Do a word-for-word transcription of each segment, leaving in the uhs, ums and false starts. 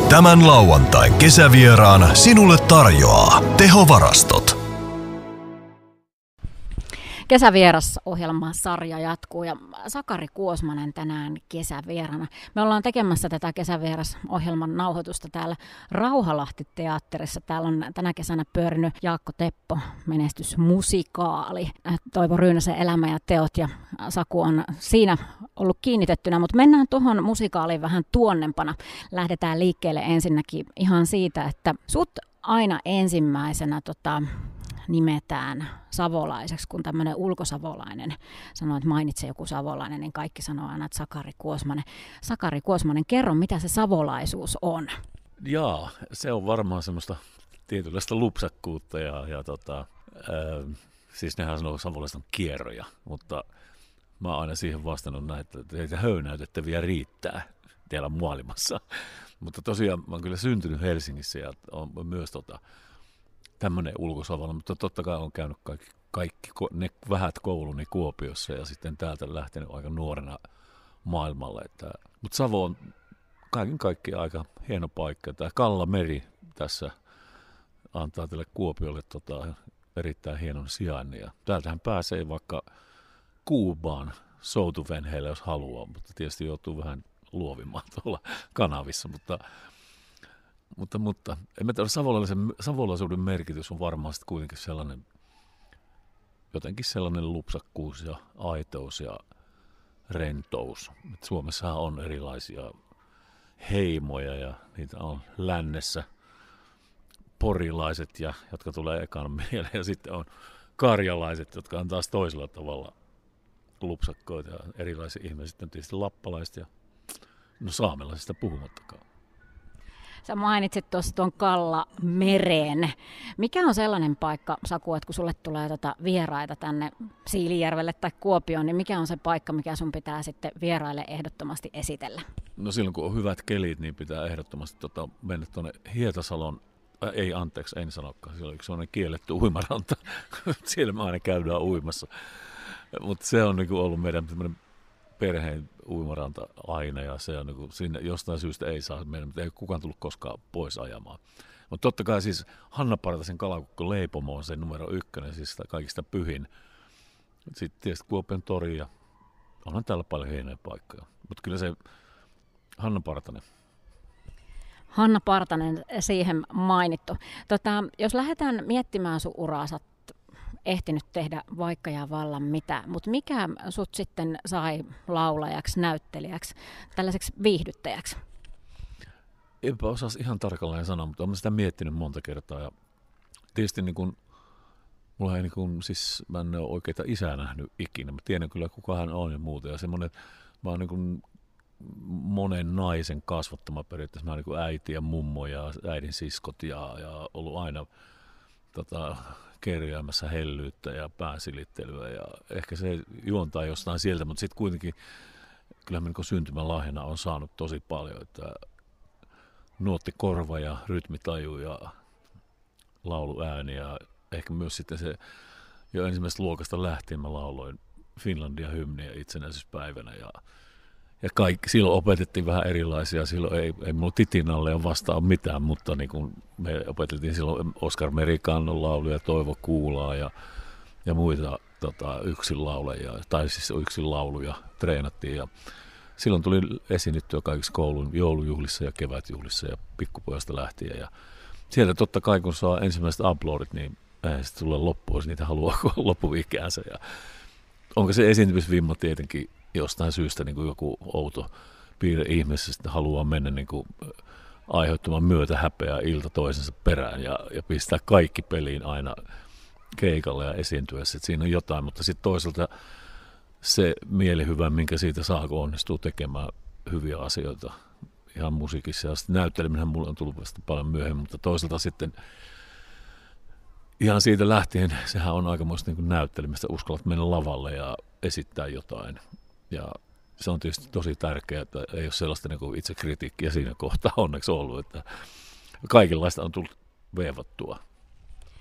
Tämän lauantain kesävieraan sinulle tarjoaa Tehovarastot. Kesävieras-ohjelma sarja jatkuu ja Sakari Kuosmanen tänään kesävierana. Me ollaan tekemässä tätä kesävieras-ohjelman nauhoitusta täällä Rauhalahti-teatterissa. Täällä on tänä kesänä pyörinyt Jaakko Teppo menestysmusikaali. Toivo Ryynäsen elämä ja teot ja Saku on siinä ollut kiinnitettynä, mutta mennään tuohon musikaaliin vähän tuonnempana. Lähdetään liikkeelle ensinnäkin ihan siitä, että sut aina ensimmäisenä tota, nimetään savolaiseksi, kun tämmöinen ulkosavolainen sanoo, että mainitse joku savolainen, niin kaikki sanoo aina, että Sakari Kuosmanen. Sakari Kuosmanen, kerro, mitä se savolaisuus on? Jaa, se on varmaan semmoista tietynlaista lupsakkuutta ja, ja tota, ää, siis nehän sanoo savolaiset on kierroja, mutta mä oon aina siihen vastannut näin, että teitä höynäytettäviä riittää täällä maailmassa. Mutta tosiaan mä oon kyllä syntynyt Helsingissä ja on myös tota, tämmöinen ulkosavolla, mutta totta kai on käynyt kaikki, kaikki ne vähät kouluni Kuopiossa ja sitten täältä lähtenyt aika nuorena maailmalle. Että, mutta Savo on kaiken kaikkiaan aika hieno paikka. Tämä Kallameri tässä antaa tälle Kuopiolle tota, erittäin hienon sijainnin. Ja täältähän pääsee vaikka Kuubaan soutuvenheille, jos haluaa, mutta tietysti joutuu vähän luovimaan tuolla kanavissa, mutta Mutta, mutta en mä tiedä, savolaisen, savolaisuuden merkitys on varmasti kuitenkin sellainen, jotenkin sellainen lupsakkuus ja aitous ja rentous. Et Suomessahan on erilaisia heimoja ja niitä on lännessä porilaiset, ja, jotka tulee ekan mieleen, ja sitten on karjalaiset, jotka on taas toisella tavalla lupsakkoita ja erilaisia ihmisiä. Sitten on tietysti lappalaiset ja no saamelaisista puhumattakaan. Sä mainitsit tuossa tuon Kallameren. Mikä on sellainen paikka, Saku, että kun sulle tulee tota vieraita tänne Siilijärvelle tai Kuopioon, niin mikä on se paikka, mikä sun pitää sitten vieraille ehdottomasti esitellä? No silloin kun on hyvät kelit, niin pitää ehdottomasti tota mennä tuonne Hietasalon, äh, ei anteeksi, en sanokaan, siellä on yksi sellainen kielletty uimaranta, siellä me aina käydään uimassa. Mutta se on niinku ollut meidän perheen uimaranta aina, ja se on niin kuin, sinne jostain syystä ei saa mennä, mutta ei kukaan tullut koskaan pois ajamaan. Mutta totta kai siis Hanna Partasen kalakukko leipomo on se numero ykkönen, siis kaikista pyhin. Sitten tietysti Kuopion tori, ja onhan täällä paljon hienoja paikkoja. Mutta kyllä se Hanna Partanen. Hanna Partanen, siihen mainittu. Tota, jos lähdetään miettimään sun uraa, sä ehtinyt tehdä vaikka ja vallan mitä, mutta mikä sut sitten sai laulajaksi, näyttelijäksi, tällaiseksi viihdyttäjäksi? Enpä osaisi ihan tarkalleen sanoa, mutta olen sitä miettinyt monta kertaa. Ja tietysti niin kun, mulla ei niin kun, siis mä en ole oikeita isää nähnyt ikinä. Mä tiedän kyllä kuka hän on ja muuta. Ja semmoinen, mä oon niin kun monen naisen kasvattama periaatteessa. Mä oon niin kun äiti ja mummo ja äidin siskot ja, ja ollut aina tota, kerjäämässä hellyyttä ja pääsilittelyä, ja ehkä se juontaa jostain sieltä, mutta sitten kuitenkin kyllä niin syntymälahjana on saanut tosi paljon, että nuotti korva ja rytmitaju ja lauluääni, ja ehkä myös sitten se jo ensimmäisestä luokasta lähtien mä lauloin Finlandia hymniä itsenäisyyspäivänä, ja Ja kaikki, silloin opetettiin vähän erilaisia, silloin ei, ei mulla Titinalle ole vastaan mitään, mutta niin kun me opetettiin silloin Oskar Merikannon lauluja, Toivo Kuulaa ja, ja muita tota, yksin lauleja, tai siis yksin lauluja treenattiin. Ja silloin tuli esiinnyttyä kaikissa koulun joulujuhlissa ja kevätjuhlissa ja pikkupojasta lähtien. Ja sieltä totta kai, kun saa ensimmäiset uploadit, niin eihän sitten tule loppuun, jos niitä haluaa loppuikäänsä. Ja onko se esiintymisvimma tietenkin jostain syystä niin kuin joku outo piirre ihmisessä sitten haluaa mennä niin kuin aiheuttamaan myötä häpeää ilta toisensa perään ja, ja pistää kaikki peliin aina keikalle ja esiintyessä, että siinä on jotain, mutta sitten toisaalta se mielihyvä, minkä siitä saa, kun onnistuu tekemään hyviä asioita ihan musiikissa, ja sitten näytteleminen mulle on tullut vasta paljon myöhemmin, mutta toisaalta sitten ihan siitä lähtien sehän on aikamoista niin näyttelemistä, uskallat mennä lavalle ja esittää jotain. Ja se on tietysti tosi tärkeää, että ei ole sellaista niin kuin itsekritiikkiä siinä kohtaa onneksi ollut, että kaikenlaista on tullut veivattua.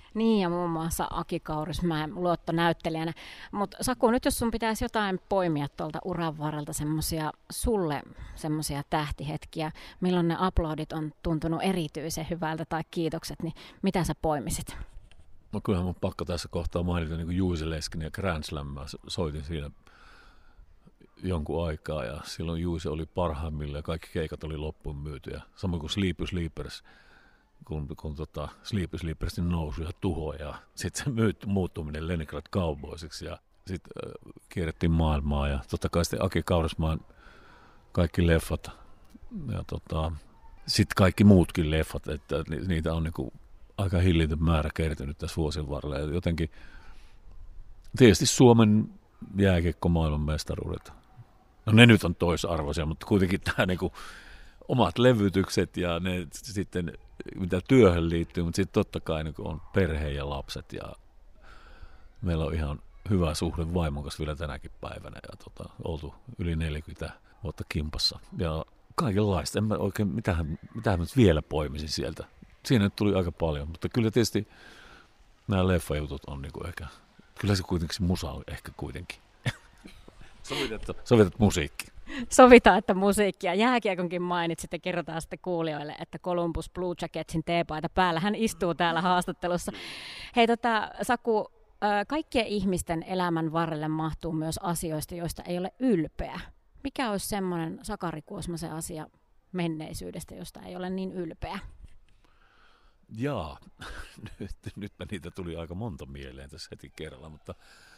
Niin, ja muun muassa Aki Kaurismäen luottonäyttelijänä. Mutta Saku, nyt jos sun pitäisi jotain poimia tuolta uran varrelta semmoisia sulle semmoisia tähtihetkiä, milloin ne uploadit on tuntunut erityisen hyvältä tai kiitokset, niin mitä sä poimisit? No kyllähän mun pakko tässä kohtaa mainita niin kuin Juice Leskinen ja Grand Slam. Mä soitin siinä jonkun aikaa ja silloin Juice oli parhaimmillaan ja kaikki keikat oli loppuun myytyjä. Samoin kuin Sleepy Sleepers, kun, kun tota, Sleepy Sleepersin nousu ja tuho ja sitten se myyt, muuttuminen Leningrad Cowboysiksi ja sitten äh, kierrettiin maailmaa ja totta kai sitten Aki Kaurismaan kaikki leffat ja tota, sitten kaikki muutkin leffat, että niitä on niinku aika hillitön määrä kertynyt tässä vuosien varrella ja jotenkin tietysti Suomen jääkiekko-maailman mestaruudet. No ne nyt on toisarvoisia, mutta kuitenkin tämä niinku omat levytykset ja ne sitten, mitä työhön liittyy, mutta sitten totta kai niinku on perhe ja lapset ja meillä on ihan hyvä suhde vaimon kanssa vielä tänäkin päivänä ja tota, oltu yli neljäkymmentä vuotta kimpassa ja kaikenlaista. En mä oikein, mitähän, mitähän nyt vielä poimisin sieltä. Siinä nyt tuli aika paljon, mutta kyllä tietysti nämä leffajutut on niinku ehkä, kyllä se kuitenkin se musa on ehkä kuitenkin. Sovitettu, sovitettu musiikki. Sovitaan, että musiikkia. Jääkiekonkin mainitsit ja kerrotaan sitten kuulijoille, että Columbus Blue Jacketsin teepaita päällä. Hän istuu täällä haastattelussa. Hei tota, Saku, kaikkien ihmisten elämän varrelle mahtuu myös asioista, joista ei ole ylpeä. Mikä olisi semmoinen Sakari Kuosmasen asia menneisyydestä, josta ei ole niin ylpeä? Jaa, nyt, nytpä niitä tuli aika monta mieleen tässä heti kerralla, mutta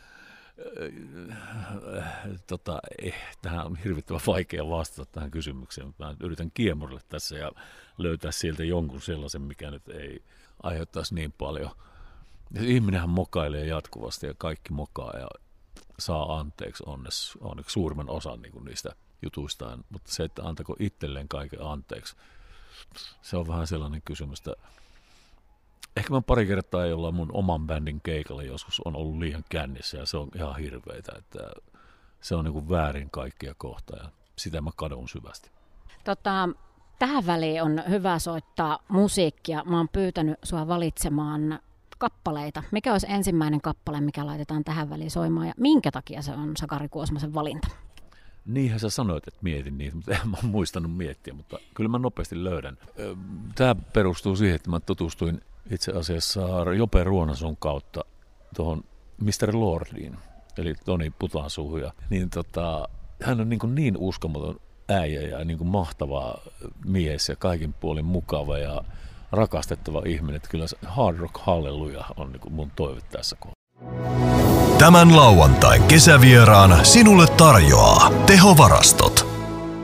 äh, tota, eh, tähän on hirvittävän vaikea vastata tähän kysymykseen, mutta mä yritän kiemurilla tässä ja löytää sieltä jonkun sellaisen, mikä nyt ei aiheuttaisi niin paljon. Ja ihminenhän mokailee jatkuvasti ja kaikki mokaa ja saa anteeksi onneksi, onneksi suurimman osan niin kuin niistä jutuistaan, mutta se, että antako itselleen kaiken anteeksi, se on vähän sellainen kysymys, että ehkä mä pari kertaa ei olla mun oman bändin keikalla joskus on ollut liian kännissä ja se on ihan hirveitä, että se on niin kuin väärin kaikkia kohtaa ja sitä mä kadun syvästi. Tota, tähän väliin on hyvä soittaa musiikkia. Mä oon pyytänyt sua valitsemaan kappaleita. Mikä olisi ensimmäinen kappale, mikä laitetaan tähän väliin soimaan ja minkä takia se on Sakari Kuosmasen valinta? Niinhän sä sanoit, että mietin niitä, mutta en mä muistanut miettiä, mutta kyllä mä nopeasti löydän. Tämä perustuu siihen, että mä tutustuin itse asiassa Jope Ruonason kautta tuohon mister Lordiin, eli Toni Putansuuhun. Ja, niin tota, hän on niin, niin uskomaton äijä ja niin mahtava mies ja kaikin puolin mukava ja rakastettava ihminen. Että kyllä Hard Rock Halleluja on niin mun toive tässä kohdassa. Tämän lauantain kesävieraan sinulle tarjoaa Tehovarastot.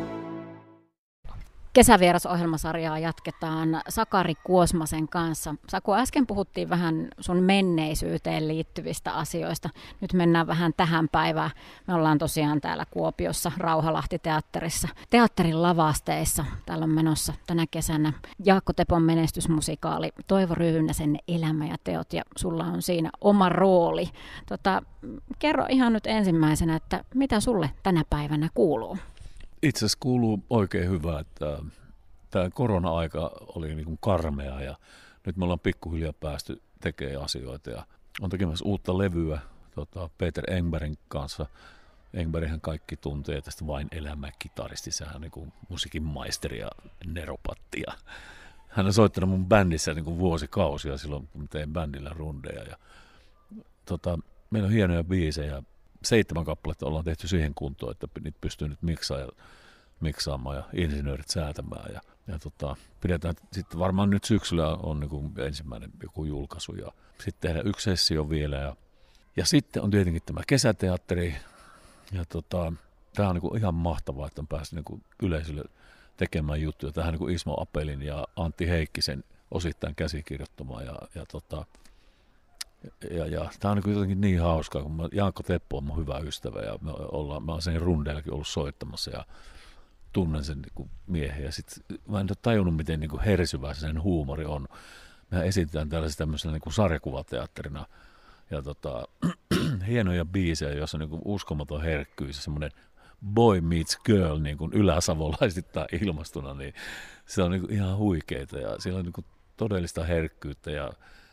Kesävierasohjelmasarjaa jatketaan Sakari Kuosmasen kanssa. Saku, äsken puhuttiin vähän sun menneisyyteen liittyvistä asioista. Nyt mennään vähän tähän päivään. Me ollaan tosiaan täällä Kuopiossa Rauhalahti-teatterissa. Teatterin lavasteissa. Täällä on menossa tänä kesänä Jaakko Tepon menestysmusikaali Toivo Ryynäsen Elämä ja teot. Ja sulla on siinä oma rooli. Tota, kerro ihan nyt ensimmäisenä, että mitä sulle tänä päivänä kuuluu? Itse asiassa kuuluu oikein hyvä, että tämä korona-aika oli niin kuin karmea ja nyt me ollaan pikkuhiljaa päästy tekemään asioita ja on tekemässä uutta levyä tota, Peter Engbergin kanssa. Engberghän kaikki tuntee tästä Vain elämä -kitaristi, sehän on niin kuin musiikin maisteri ja neropatti. Ja hän on soittanut mun bändissä niin kuin vuosikausia silloin, kun tein bändillä rundeja. Ja, tota, meillä on hienoja biisejä. Seitsemän kappaletta ollaan tehty siihen kuntoon, että niitä pystyy nyt miksaamaan ja, miksaamaan ja insinöörit säätämään. Ja, ja tota, pidetään sitten varmaan nyt syksyllä on niin kuin ensimmäinen joku julkaisu ja sitten tehdään yksi sessio vielä. Ja, ja sitten on tietenkin tämä kesäteatteri. Ja tota, tämä on niin kuin ihan mahtavaa, että on päässyt niin kuin yleisölle tekemään juttuja. Tähän niin kuin Ismo Apelin ja Antti Heikkisen osittain käsikirjoittamaan ja, ja tota, Ja, ja tämä on niin jotenkin niin hauskaa, kun mä, Jaakko Teppo on mun hyvä ystävä ja me ollaan, mä oon sen rundeillakin ollut soittamassa ja tunnen sen niin kuin miehen. Ja sit mä en ole tajunnut, miten niin kuin hersyvä sen huumori on. Mehän esitetään tällaisena tämmöisenä niin kuin sarjakuvateatterina ja tota, hienoja biisejä, joissa on niin kuin uskomaton herkkyys ja semmoinen boy meets girl niin kuin yläsavolaisittain ilmastuna, niin se on niin kuin ihan huikeeta ja siellä on niin kuin todellista herkkyyttä ja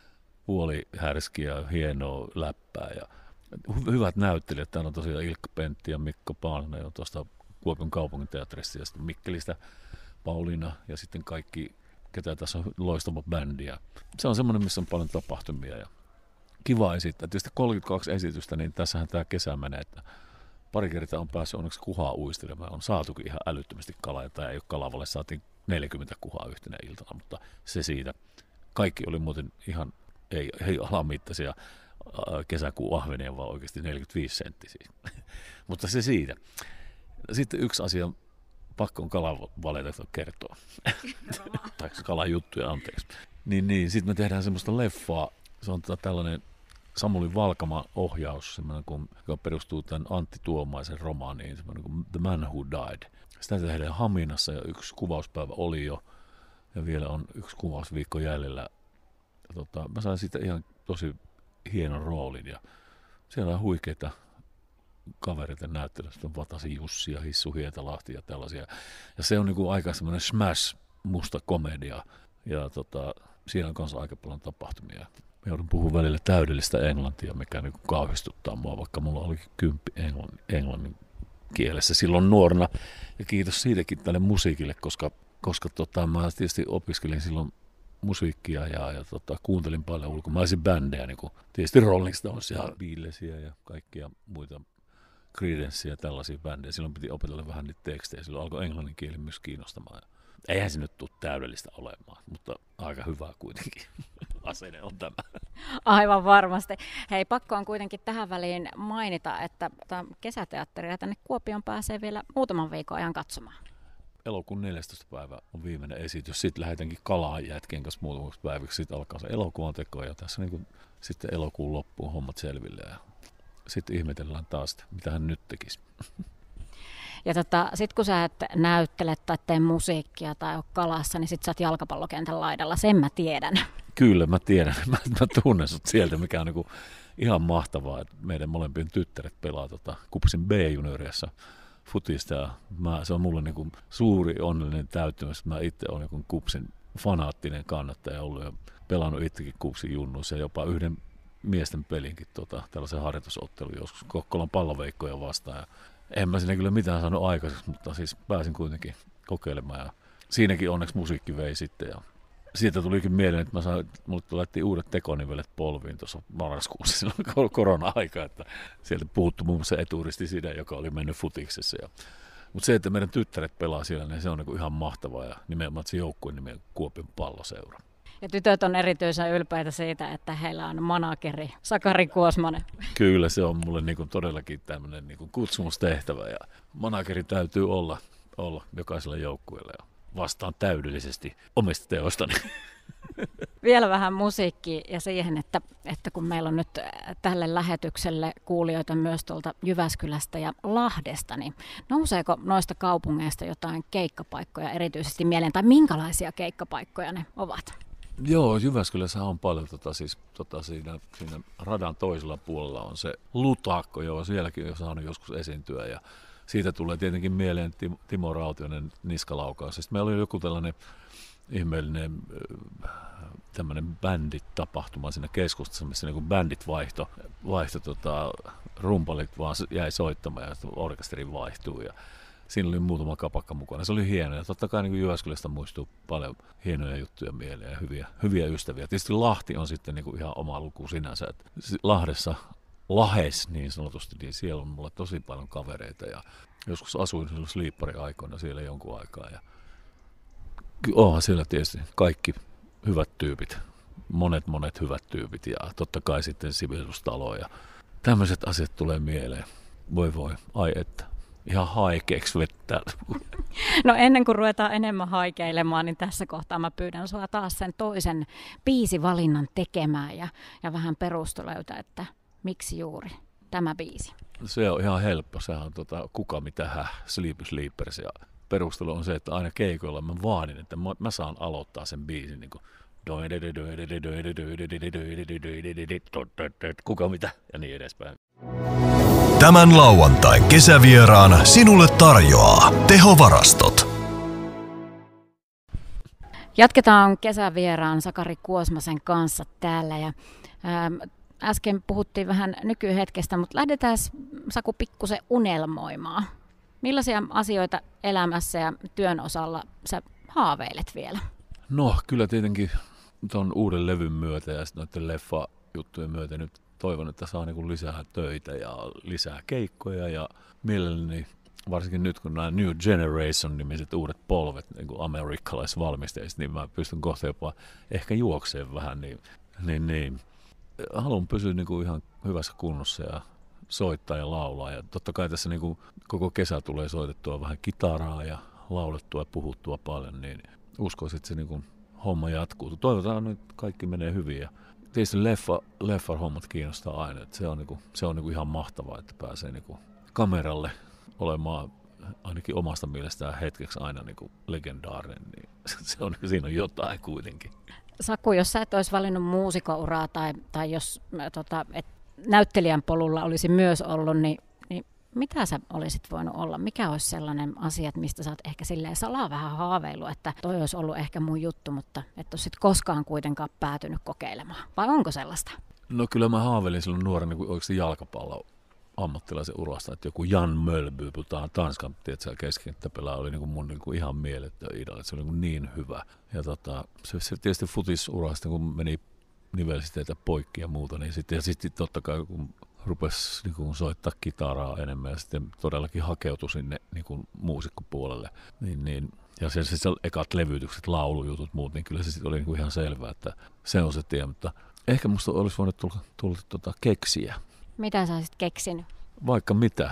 puoli härskiä, hienoa läppää ja hyvät näyttelijät. Täällä on tosiaan Ilkka Pentti ja Mikko Paananen on tuosta Kuopion kaupunginteatterista ja sitten Mikkelistä Pauliina ja sitten kaikki, ketä tässä on loistava bändi. Ja se on semmoinen, missä on paljon tapahtumia ja kiva esittää. Tietysti kolmekymmentäkaksi esitystä, niin tässähän tämä kesä menee, että pari kertaa on päässyt onneksi kuhaa uistelemaan. On saatukin ihan älyttömästi kalaa ja tämä ei ole Kalavalle, saatiin neljäkymmentä kuhaa yhtenä iltana, mutta se siitä. Kaikki oli muuten ihan ei, ei alamittaisia kesäkuun ahvenia, vaan oikeasti neljäkymmentäviisi senttisiä. Mutta se siitä. Sitten yksi asia, pakko on Kalavaleita kertoa. tai kalajuttuja, anteeksi. Niin, niin. Sitten me tehdään semmoista leffaa. Se on tota tällainen Samuli Valkama ohjaus, semmoinen, kun, joka perustuu tämän Antti Tuomaisen romaaniin, semmoinen kuin The Man Who Died. Sitä tehdään Haminassa ja yksi kuvauspäivä oli jo. Ja vielä on yksi kuvausviikko jäljellä. Ja tota, mä sain siitä ihan tosi hienon roolin. Ja siellä on huikeita kavereita näyttelystä. On Vatasi Jussi ja Hissu Hietalahti ja tällaisia. Ja se on niinku aika semmoinen smash musta komedia. Ja tota, siinä on kanssa aika paljon tapahtumia. Mä joudun puhumaan välillä täydellistä englantia, mikä niinku kauhistuttaa mua, vaikka mulla oli kymppi englannin, englannin kielessä silloin nuorena. Ja kiitos siitäkin tälle musiikille, koska, koska tota, mä tietysti opiskelin silloin musiikkia ja, ja tota, kuuntelin paljon ulkomaisia bändejä, niin kuin tietysti Rolling Stones ja Beatlesia ja kaikkia muita, Creedencea ja tällaisia bändejä. Silloin piti opetella vähän niitä tekstejä, silloin alkoi englannin kieli myös kiinnostamaan. Eihän se nyt tule täydellistä olemaan, mutta aika hyvää kuitenkin. Asenne on tämä. Aivan varmasti. Hei, pakko on kuitenkin tähän väliin mainita, että kesäteatteria tänne Kuopioon pääsee vielä muutaman viikon ajan katsomaan. Elokuun neljästoista päivä on viimeinen esitys. Sitten lähdetänkin Kalaan jätkien kanssa muutamaksi päiviksi. Sitten alkaa se elokuvan teko ja tässä niin kuin sitten elokuun loppuun hommat selville. Ja sitten ihmetellään taas, että mitä hän nyt tekisi. Ja tota, sit kun sä et näyttele tai tee musiikkia tai ole Kalassa, niin sit sä oot jalkapallokentän laidalla. Sen mä tiedän. Kyllä mä tiedän. Mä, mä tunnen sut sieltä, mikä on niinku ihan mahtavaa, että meidän molempien tyttäret pelaa tota Kupsin B-junioriassa futista. Ja mä, se on mulle niinku suuri onnellinen täyttymys, että mä itse olen niinku Kupsin fanaattinen kannattaja ollut ja pelannut itsekin Kupsin junnuissa ja jopa yhden miesten pelinkin tota, tällaisen harjoitusottelun joskus Kokkolan Palloveikkoja vastaan. Ja en mä siinä kyllä mitään saanut aikaiseksi, mutta siis pääsin kuitenkin kokeilemaan ja siinäkin onneksi musiikki vei sitten. Ja siitä tulikin mieleen, että mä sain, mulle laitettiin uudet tekonivelet polviin tuossa marraskuussa silloin korona-aika, että sieltä puuttui muun muassa eturisti siinä, joka oli mennyt futiksessa. Ja, mutta se, että meidän tyttäret pelaa siellä, niin se on niin ihan mahtavaa ja nimenomaan se joukkueen nimen Kuopion Palloseura. Ja tytöt on erityisen ylpeitä siitä, että heillä on manageri Sakari Kuosmanen. Kyllä, se on mulle niin kuin todellakin tämmöinen niin kuin kutsumustehtävä ja manageri täytyy olla, olla jokaisella joukkueella ja vastaan täydellisesti omista teostani. Vielä vähän musiikkia ja siihen, että, että kun meillä on nyt tälle lähetykselle kuulijoita myös tuolta Jyväskylästä ja Lahdesta, niin nouseeko noista kaupungeista jotain keikkapaikkoja erityisesti mieleen, tai minkälaisia keikkapaikkoja ne ovat? Joo, Jyväskylässä on paljon, tota, siis, tota, siinä, siinä radan toisella puolella on se Lutakko, joo, sielläkin on saanut joskus esiintyä ja siitä tulee tietenkin mieleen Timo Rautioinen niskalaukaus. Sitten meillä oli joku tällainen ihmeellinen tämmöinen bändit-tapahtuma siinä keskustassa, missä niin bändit vaihto, vaihto tota, rumpalit vaan jäi soittamaan ja orkesteri vaihtuu ja siinä oli muutama kapakka mukana. Se oli hieno ja totta kai niin Jyväskylästä muistuu paljon hienoja juttuja mieleen ja hyviä, hyviä ystäviä. Tietysti Lahti on sitten niin ihan oma luku sinänsä. Että Lahdessa, Lahes niin sanotusti, niin siellä on mulla tosi paljon kavereita ja joskus asuin silloin Sliippari-aikoina siellä jonkun aikaa. Ja onhan siellä tietysti kaikki hyvät tyypit, monet monet hyvät tyypit ja totta kai sitten sivistystalo ja tämmöiset asiat tulee mieleen. Voi voi, ai että. Ihan haikeeksi vettää. No ennen kuin ruvetaan enemmän haikeilemaan, niin tässä kohtaa mä pyydän sua taas sen toisen biisivalinnan tekemään ja, ja vähän perusteluytä, että miksi juuri tämä biisi? Se on ihan helppo. Sehän on tota, kuka mitä hä, Sleepy Sleepers. Ja perustelu on se, että aina keikoilla mä vaadin, että mä, mä saan aloittaa sen biisin niin kuin kuka mitä ja niin edespäin. Tämän lauantain kesävieraan sinulle tarjoaa Tehovarastot. Jatketaan kesävieraan Sakari Kuosmasen kanssa täällä ja ää, äsken puhuttiin vähän nykyhetkestä, mutta lähdetään Saku pikkusen unelmoimaan. Millaisia asioita elämässä ja työn osalla sä haaveilet vielä? No kyllä tietenkin tuon uuden levyn myötä ja noiden leffa-juttujen myötä nyt toivon, että saa niin lisää töitä ja lisää keikkoja ja mielelläni varsinkin nyt kun nämä New Generation-nimiset uudet polvet niin kuin amerikkalaisvalmistajista, niin mä pystyn kohta jopa ehkä juokseen vähän, niin, niin, niin. haluan pysyä niin kuin ihan hyvässä kunnossa ja soittaa ja laulaa. Ja totta kai tässä niin kuin koko kesä tulee soitettua vähän kitaraa ja laulettua ja puhuttua paljon, niin uskoisin, että se niin kuin homma jatkuu. Toivotaan, että kaikki menee hyvin. Ja tietysti leffa, leffan hommat kiinnostaa aina. Että se on, niin kuin, se on niin kuin ihan mahtavaa, että pääsee niin kuin kameralle olemaan ainakin omasta mielestään hetkeksi aina niin kuin legendaarinen. Niin se on, siinä on jotain kuitenkin. Saku, jos sä et olisi valinnut muusikouraa tai, tai jos tota, et näyttelijän polulla olisi myös ollut, niin, niin mitä sä olisit voinut olla? Mikä olisi sellainen asia, mistä sä oot ehkä silleen salaa vähän haaveillut, että toi olisi ollut ehkä mun juttu, mutta et ole sit koskaan kuitenkaan päätynyt kokeilemaan? Vai onko sellaista? No kyllä mä haaveilin silloin nuorena niin oikeasti jalkapallon ammattilaisen urasta, että joku Jan Mölby, puhutaan Tanskan keskikenttäpelaaja, oli niin kuin mun niin kuin ihan mieletön idoli, se oli niin, niin hyvä. Ja tota, se, se tietysti futisurasta, kun meni nivelsiteitä poikki ja muuta, niin sitten, ja sitten totta kai kun rupesi niin kuin soittaa kitaraa enemmän ja sitten todellakin hakeutui sinne niin kuin muusikkopuolelle, niin, niin, ja se, se, se ekat levytykset, laulujutut, muut, niin kyllä se sitten oli niin kuin ihan selvää, että se on se tie, mutta ehkä musta olisi voinut tulla, tulla tuota, keksiä. Mitä sä olisit keksinyt? Vaikka mitä.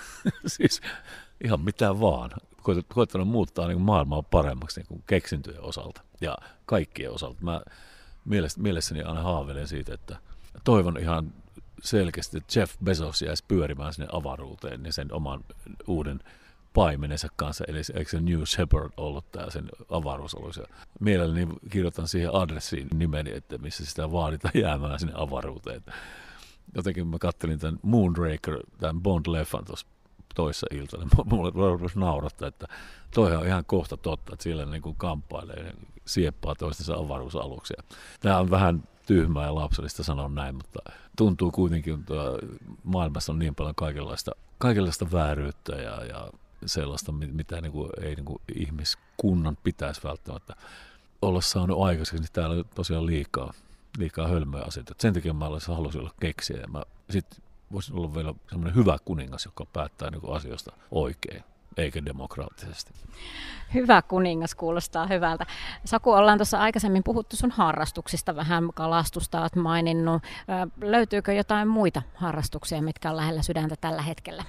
Siis ihan mitä vaan. Koittanut muuttaa niin kuin maailmaa paremmaksi niin kuin keksintöjen osalta ja kaikkien osalta. Mä mielessäni aina haaveilen siitä, että toivon ihan selkeästi, että Jeff Bezos jäisi pyörimään sinne avaruuteen niin sen oman uuden paimenensa kanssa. Eli eikö se New Shepard ollut tämä sen avaruusalus. Ja mielelläni kirjoitan siihen adressiin nimeni, että missä sitä vaaditaan jäämään sinne avaruuteen. Jotenkin mä kattelin tämän Moonraker, tämän Bond-leffan tuossa toissa iltana. Mulle rupesi naurattaa, että toihan on ihan kohta totta, että siellä niin kuin kamppailee ja sieppaa toistensa avaruusaluksia. Tämä on vähän tyhmää ja lapsellista sanoa näin, mutta tuntuu kuitenkin, että maailmassa on niin paljon kaikenlaista, kaikenlaista vääryyttä ja, ja sellaista, mitä niin kuin, ei niin kuin ihmiskunnan pitäisi välttämättä olla saanut aikaiseksi, niin täällä on tosiaan liikaa. liikaa hölmöjä asioita. Sen takia mä haluaisin olla keksiä ja mä sitten voisin olla vielä semmoinen hyvä kuningas, joka päättää niin kuin asioista oikein, eikä demokraattisesti. Hyvä kuningas kuulostaa hyvältä. Saku, ollaan tuossa aikaisemmin puhuttu sun harrastuksista, vähän kalastusta olet maininnut. Löytyykö jotain muita harrastuksia, mitkä on lähellä sydäntä tällä hetkellä?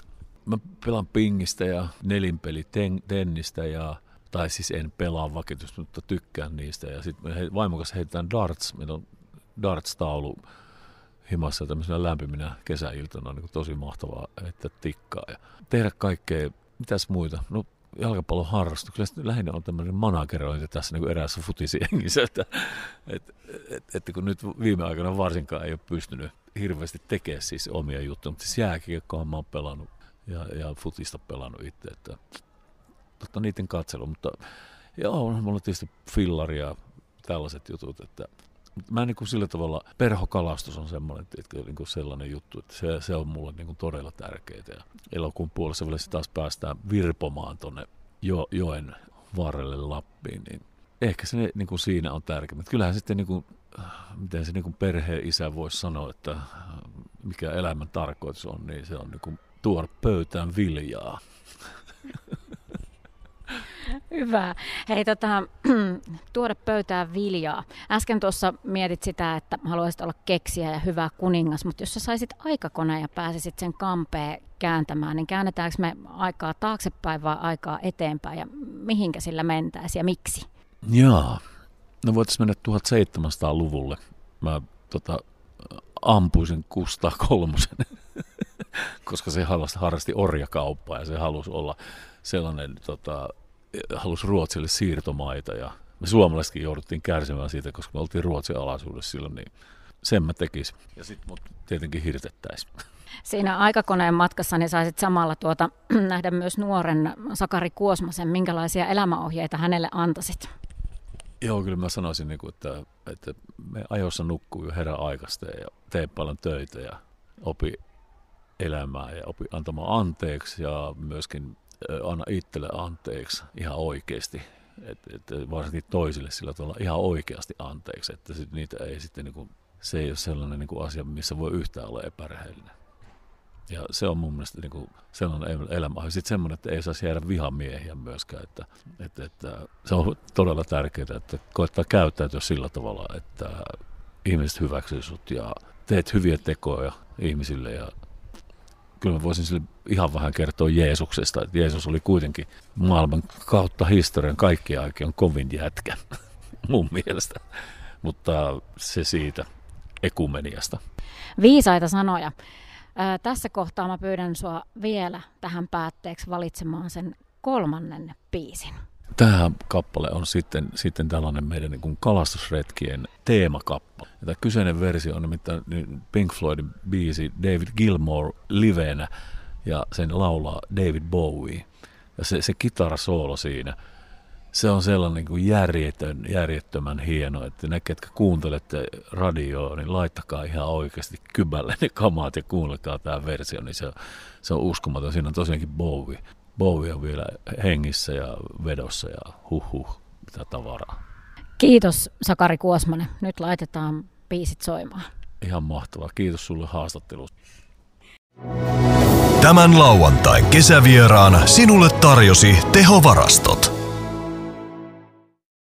Mä pelaan pingistä ja nelinpeli ten, tennistä ja tai siis en pelaa vakituisesti, mutta tykkään niistä. Ja sitten he, vaimokas heitetään darts. Meillä on darts-taulu himassa tämmöisenä lämpiminä kesäiltana. On niin tosi mahtavaa heittää tikkaa ja tehdä kaikkea. Mitäs muita? No jalkapallon harrastuksia. Lähinnä on tämmöinen managerointi tässä niin kuin eräässä futisiengissä. Että, että, että, että kun nyt viime aikana varsinkaan ei ole pystynyt hirveästi tekemään siis omia juttuja, mutta siis jääkiekkoa mä oon pelannut ja, ja futista pelannut itse. Että totta niiden katselu, mutta joo, on mulla tietysti fillari ja tällaiset jutut, että mä niin kuin sillä tavalla, perhokalastus on semmoinen, että niin kuin sellainen juttu, että se, se on mulle niin kuin todella tärkeää ja elokuun puolessa välissä taas päästään virpomaan tuonne jo, joen varrelle Lappiin, niin ehkä se niin kuin siinä on tärkeää, mutta kyllähän sitten niin kuin, miten se niin kuin perheen isä voisi sanoa, että mikä elämän tarkoitus on, niin se on niin kuin tuoda pöytään viljaa. Hyvä. Hei, tota, tuoda pöytään viljaa. Äsken tuossa mietit sitä, että haluaisit olla keksijä ja hyvä kuningas, mutta jos sä saisit aikakoneen ja pääsisit sen kampeen kääntämään, niin käännetäänkö me aikaa taaksepäin vai aikaa eteenpäin ja mihinkä sillä mentäisiin ja miksi? Jaa, no voitaisiin mennä tuhatseitsemänsataaluvulle. Mä tota, ampuisin Kustaa kolmosen, koska se harrasti orjakauppaa ja se halusi olla sellainen... Tota, halusi Ruotsille siirtomaita ja me suomalaisetkin jouduttiin kärsimään siitä, koska me oltiin Ruotsin alaisuudessa silloin, niin sen mä tekisin. Ja sitten mut tietenkin hirtettäisiin. Siinä aikakoneen matkassa niin saisit samalla tuota, nähdä myös nuoren Sakari Kuosmasen. Minkälaisia elämäohjeita hänelle antaisit? Joo, kyllä mä sanoisin, että, että me ajoissa nukkuu ja herää aikaisteen ja tee paljon töitä ja opi elämää ja opi antamaan anteeksi ja myöskin anna itselle anteeksi ihan oikeasti. Että et varsinkin toisille sillä tavalla ihan oikeasti anteeksi, että sit niitä ei sitten, niin kuin, se ei ole sellainen niin kuin asia, missä voi yhtään olla epärehellinen. Ja se on mun mielestä niin kuin sellainen elämä. Sitten semmoinen, että ei saisi jäädä vihamiehiä myöskään. Että, että, että se on todella tärkeää, että koettaa käyttäytyä sillä tavalla, että ihmiset hyväksyy sut ja teet hyviä tekoja ihmisille. Ja kyllä mä voisin sille ihan vähän kertoa Jeesuksesta, että Jeesus oli kuitenkin maailman kautta historian kaikkien aikien kovin jätkä mun mielestä. Mutta se siitä ekumeniasta. Viisaita sanoja. Ää, tässä kohtaa mä pyydän sua vielä tähän päätteeksi valitsemaan sen kolmannen biisin. Tämä kappale on sitten, sitten tällainen meidän niin kuin kalastusretkien teemakappale. Ja tämä kyseinen versio on nimittäin Pink Floydin biisi David Gilmour livenä ja sen laulaa David Bowie. Ja se, se kitarasoolo siinä, se on sellainen niin kuin järjetön, järjettömän hieno, että ne, ketkä kuuntelette radioa, niin laittakaa ihan oikeasti kybälle ne kamaat ja kuunnelkaa tämä versio, niin se, se on uskomaton. Siinä on tosiaankin Bowie. Bowie on vielä hengissä ja vedossa ja huhhuh, mitä tavaraa. Kiitos Sakari Kuosmanen. Nyt laitetaan biisit soimaan. Ihan mahtavaa. Kiitos sulle haastattelusta. Tämän lauantain kesävieraan sinulle tarjosi Tehovarastot.